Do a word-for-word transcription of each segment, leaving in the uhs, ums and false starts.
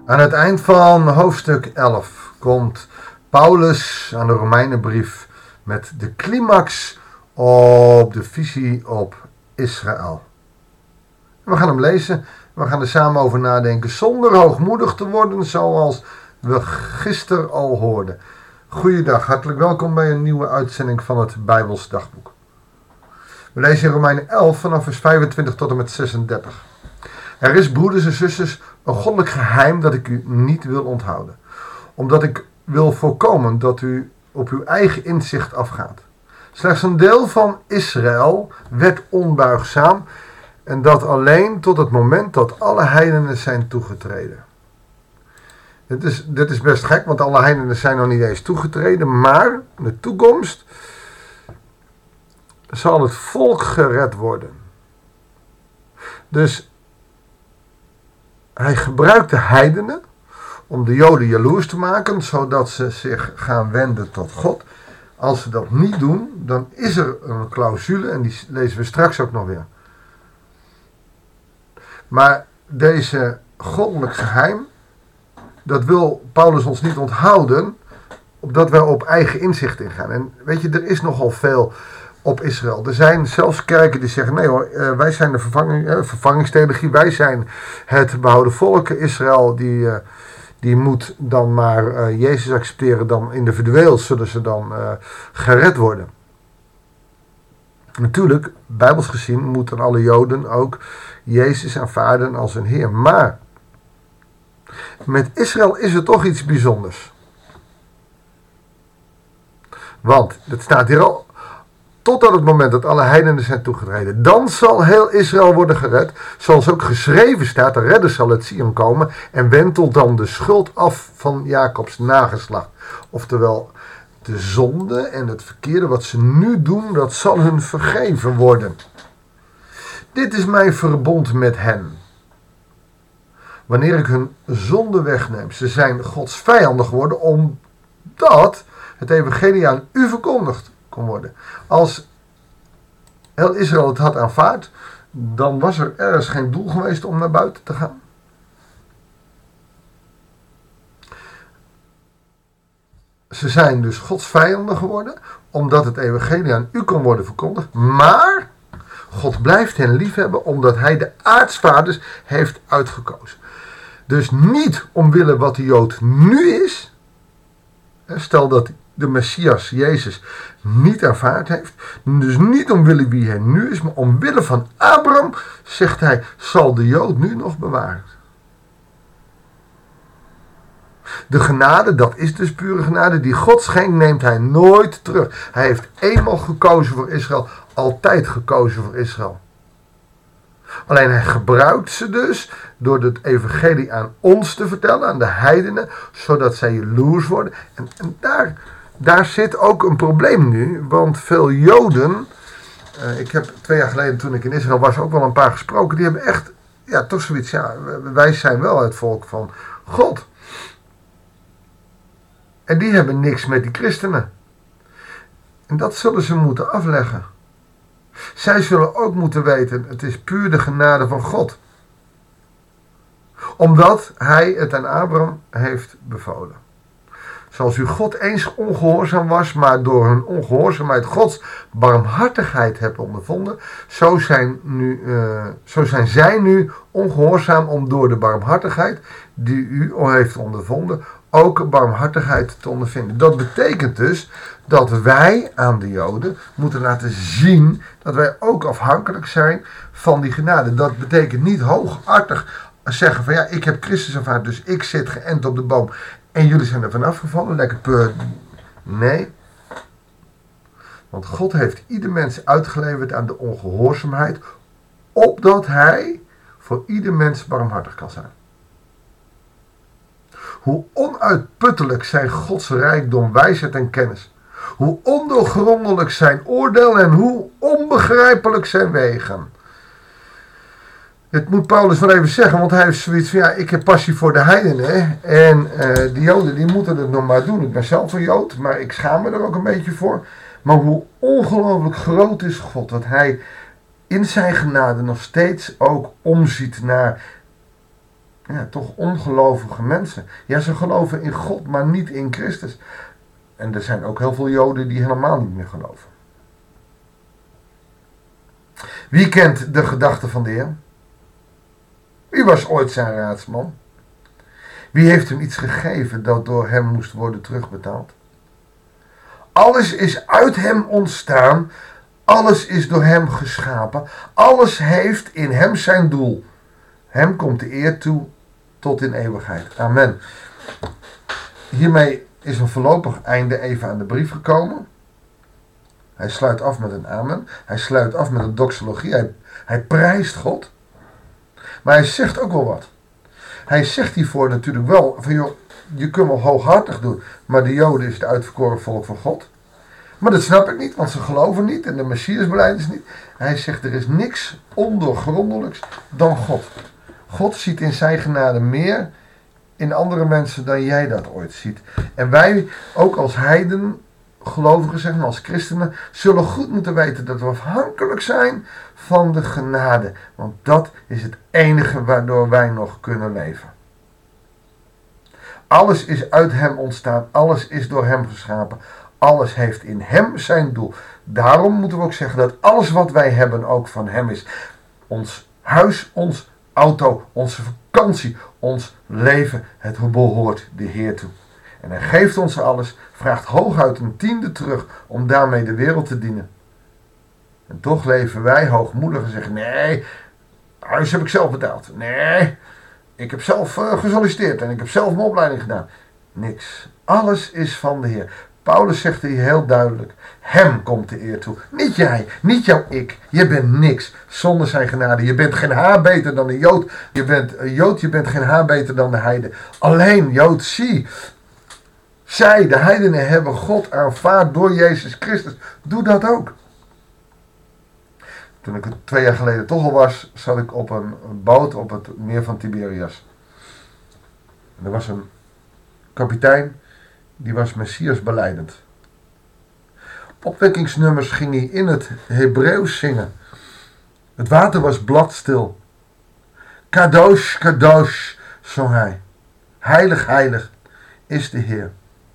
Aan het eind van hoofdstuk elf komt Paulus aan de Romeinenbrief met de climax op de visie op Israël. We gaan hem lezen, we gaan er samen over nadenken zonder hoogmoedig te worden zoals we gisteren al hoorden. Goeiedag, hartelijk welkom bij een nieuwe uitzending van het Bijbels Dagboek. We lezen in Romeinen elf vanaf vers vijfentwintig tot en met zesendertig. Er is, broeders en zusters, een goddelijk geheim dat ik u niet wil onthouden. Omdat ik wil voorkomen dat u op uw eigen inzicht afgaat. Slechts een deel van Israël werd onbuigzaam en dat alleen tot het moment dat alle heidenen zijn toegetreden. Dit is, dit is best gek, want alle heidenen zijn nog niet eens toegetreden, maar in de toekomst zal het volk gered worden. Dus hij gebruikt de heidenen om de Joden jaloers te maken, zodat ze zich gaan wenden tot God. Als ze dat niet doen, dan is er een clausule, en die lezen we straks ook nog weer. Maar deze goddelijk geheim, dat wil Paulus ons niet onthouden, opdat wij op eigen inzicht ingaan. En weet je, er is nogal veel op Israël. Er zijn zelfs kerken die zeggen, nee hoor, wij zijn de vervanging, eh, vervangingstheologie, wij zijn het behouden volk. Israël die, uh, die moet dan maar uh, Jezus accepteren, dan individueel zullen ze dan uh, gered worden. Natuurlijk, bijbels gezien, moeten alle Joden ook Jezus aanvaarden als hun Heer. Maar met Israël is er toch iets bijzonders. Want, het staat hier al, totdat het moment dat alle heidenen zijn toegetreden, dan zal heel Israël worden gered, zoals ook geschreven staat, de redder zal uit Sion komen en wentelt dan de schuld af van Jacobs nageslacht. Oftewel, de zonde en het verkeerde wat ze nu doen, dat zal hun vergeven worden. Dit is mijn verbond met hen. Wanneer ik hun zonde wegneem, ze zijn Gods vijanden geworden, omdat het evangelie aan u verkondigd kon worden. Als heel Israël het had aanvaard, dan was er ergens geen doel geweest om naar buiten te gaan. Ze zijn dus Gods vijanden geworden, omdat het evangelie aan u kon worden verkondigd. Maar God blijft hen liefhebben, omdat hij de aartsvaders heeft uitgekozen. Dus niet omwille wat de Jood nu is. Stel dat de Messias, Jezus, niet aanvaard heeft. Dus niet omwille wie hij nu is, maar omwille van Abraham, zegt hij, zal de Jood nu nog bewaren. De genade, dat is dus pure genade, die God schenkt, neemt hij nooit terug. Hij heeft eenmaal gekozen voor Israël, altijd gekozen voor Israël. Alleen hij gebruikt ze dus door het evangelie aan ons te vertellen, aan de heidenen, zodat zij jaloers worden. En, en daar, daar zit ook een probleem nu, want veel Joden, uh, ik heb twee jaar geleden toen ik in Israël was ook wel een paar gesproken, die hebben echt, ja toch zoiets, ja, wij zijn wel het volk van God. En die hebben niks met die christenen. En dat zullen ze moeten afleggen. Zij zullen ook moeten weten, het is puur de genade van God. Omdat hij het aan Abraham heeft bevolen. Zoals u God eens ongehoorzaam was, maar door hun ongehoorzaamheid Gods barmhartigheid hebt ondervonden, zo zijn, nu, uh, zo zijn zij nu ongehoorzaam om door de barmhartigheid die u heeft ondervonden, ook barmhartigheid te ondervinden. Dat betekent dus dat wij aan de Joden moeten laten zien dat wij ook afhankelijk zijn van die genade. Dat betekent niet hooghartig zeggen van ja, ik heb Christus aanvaard, dus ik zit geënt op de boom en jullie zijn er vanaf gevallen, lekker peur. Nee. Want God heeft ieder mens uitgeleverd aan de ongehoorzaamheid, opdat hij voor ieder mens barmhartig kan zijn. Hoe onuitputtelijk zijn Gods rijkdom, wijsheid en kennis. Hoe ondoorgrondelijk zijn oordeel en hoe onbegrijpelijk zijn wegen. Dit moet Paulus wel even zeggen, want hij heeft zoiets van, ja, ik heb passie voor de heidenen. En uh, de Joden, die moeten het nog maar doen. Ik ben zelf een Jood, maar ik schaam me er ook een beetje voor. Maar hoe ongelooflijk groot is God, dat hij in zijn genade nog steeds ook omziet naar ja, toch ongelovige mensen. Ja, ze geloven in God, maar niet in Christus. En er zijn ook heel veel Joden die helemaal niet meer geloven. Wie kent de gedachten van de Heer? Wie was ooit zijn raadsman? Wie heeft hem iets gegeven dat door hem moest worden terugbetaald? Alles is uit hem ontstaan. Alles is door hem geschapen. Alles heeft in hem zijn doel. Hem komt de eer toe tot in eeuwigheid. Amen. Hiermee is een voorlopig einde even aan de brief gekomen. Hij sluit af met een amen. Hij sluit af met een doxologie. Hij, hij prijst God. Maar hij zegt ook wel wat. Hij zegt hiervoor natuurlijk wel, van joh, je kunt wel hooghartig doen, maar de Joden is het uitverkoren volk van God. Maar dat snap ik niet, want ze geloven niet en de Messiasbelijdenis niet. Hij zegt, er is niks ondoorgrondelijks dan God. God ziet in zijn genade meer in andere mensen dan jij dat ooit ziet. En wij, ook als heiden, gelovigen, zeg maar, als christenen, zullen goed moeten weten dat we afhankelijk zijn van de genade. Want dat is het enige waardoor wij nog kunnen leven. Alles is uit hem ontstaan. Alles is door hem geschapen. Alles heeft in hem zijn doel. Daarom moeten we ook zeggen dat alles wat wij hebben ook van hem is. Ons huis, ons auto, onze vakantie, ons leven, het behoort de Heer toe. En hij geeft ons alles, vraagt hooguit een tiende terug om daarmee de wereld te dienen. En toch leven wij hoogmoedig en zeggen, nee, huis heb ik zelf betaald. Nee, ik heb zelf uh, gesolliciteerd en ik heb zelf mijn opleiding gedaan. Niks. Alles is van de Heer. Paulus zegt hier heel duidelijk, hem komt de eer toe. Niet jij, niet jouw ik. Je bent niks zonder zijn genade. Je bent geen haar beter dan een Jood. Je bent een Jood, je bent geen haar beter dan de heiden. Alleen, Jood, zie. Zij, de heidenen, hebben God aanvaard door Jezus Christus. Doe dat ook. Toen ik het twee jaar geleden toch al was, zat ik op een boot op het meer van Tiberias. En er was een kapitein, die was Messias belijdend. Opwekkingsnummers ging hij in het Hebreeuws zingen. Het water was bladstil. Kadosh, kadosh, zong hij. Heilig, heilig is de Heer.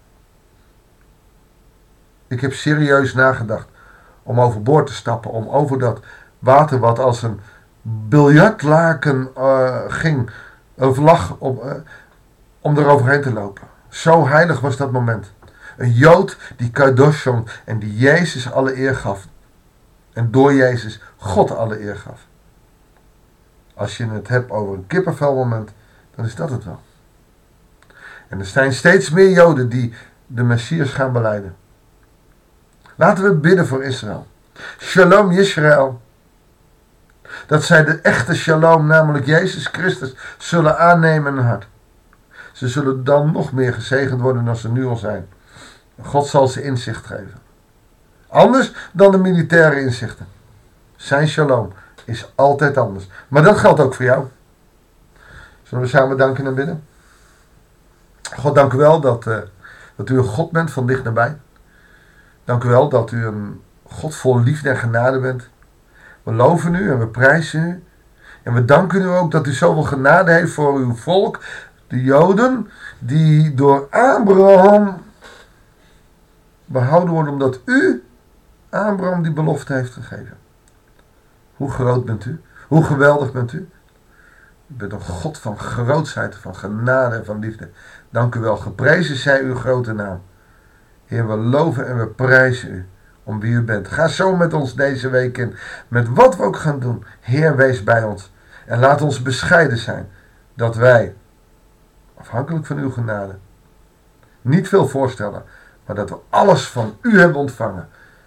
Ik heb serieus nagedacht om overboord te stappen, om over dat water wat als een biljartlaken uh, ging, of lag, op, uh, om eroverheen te lopen. Zo heilig was dat moment. Een Jood die kadosh zong en die Jezus alle eer gaf. En door Jezus God alle eer gaf. Als je het hebt over een kippenvelmoment, dan is dat het wel. En er zijn steeds meer Joden die de Messias gaan belijden. Laten we bidden voor Israël. Shalom Israël. Dat zij de echte shalom, namelijk Jezus Christus, zullen aannemen in hun hart. Ze zullen dan nog meer gezegend worden dan ze nu al zijn. God zal ze inzicht geven. Anders dan de militaire inzichten. Zijn shalom is altijd anders. Maar dat geldt ook voor jou. Zullen we samen danken en bidden? God, dank u wel dat, uh, dat u een God bent van dicht nabij. Dank u wel dat u een God vol liefde en genade bent. We loven u en we prijzen u. En we danken u ook dat u zoveel genade heeft voor uw volk, de Joden, die door Abraham behouden worden omdat u Abraham die belofte heeft gegeven. Hoe groot bent u? Hoe geweldig bent u? U bent een God van grootsheid, van genade en van liefde. Dank u wel. Geprezen zij uw grote naam. Heer, we loven en we prijzen u om wie u bent. Ga zo met ons deze week in. Met wat we ook gaan doen. Heer, wees bij ons. En laat ons bescheiden zijn. Dat wij, afhankelijk van uw genade, niet veel voorstellen. Maar dat we alles van u hebben ontvangen.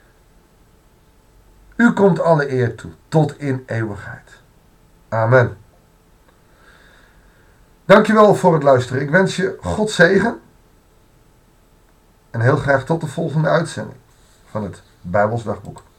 U komt alle eer toe. Tot in eeuwigheid. Amen. Dankjewel voor het luisteren. Ik wens je God zegen. En heel graag tot de volgende uitzending van het Bijbels Dagboek.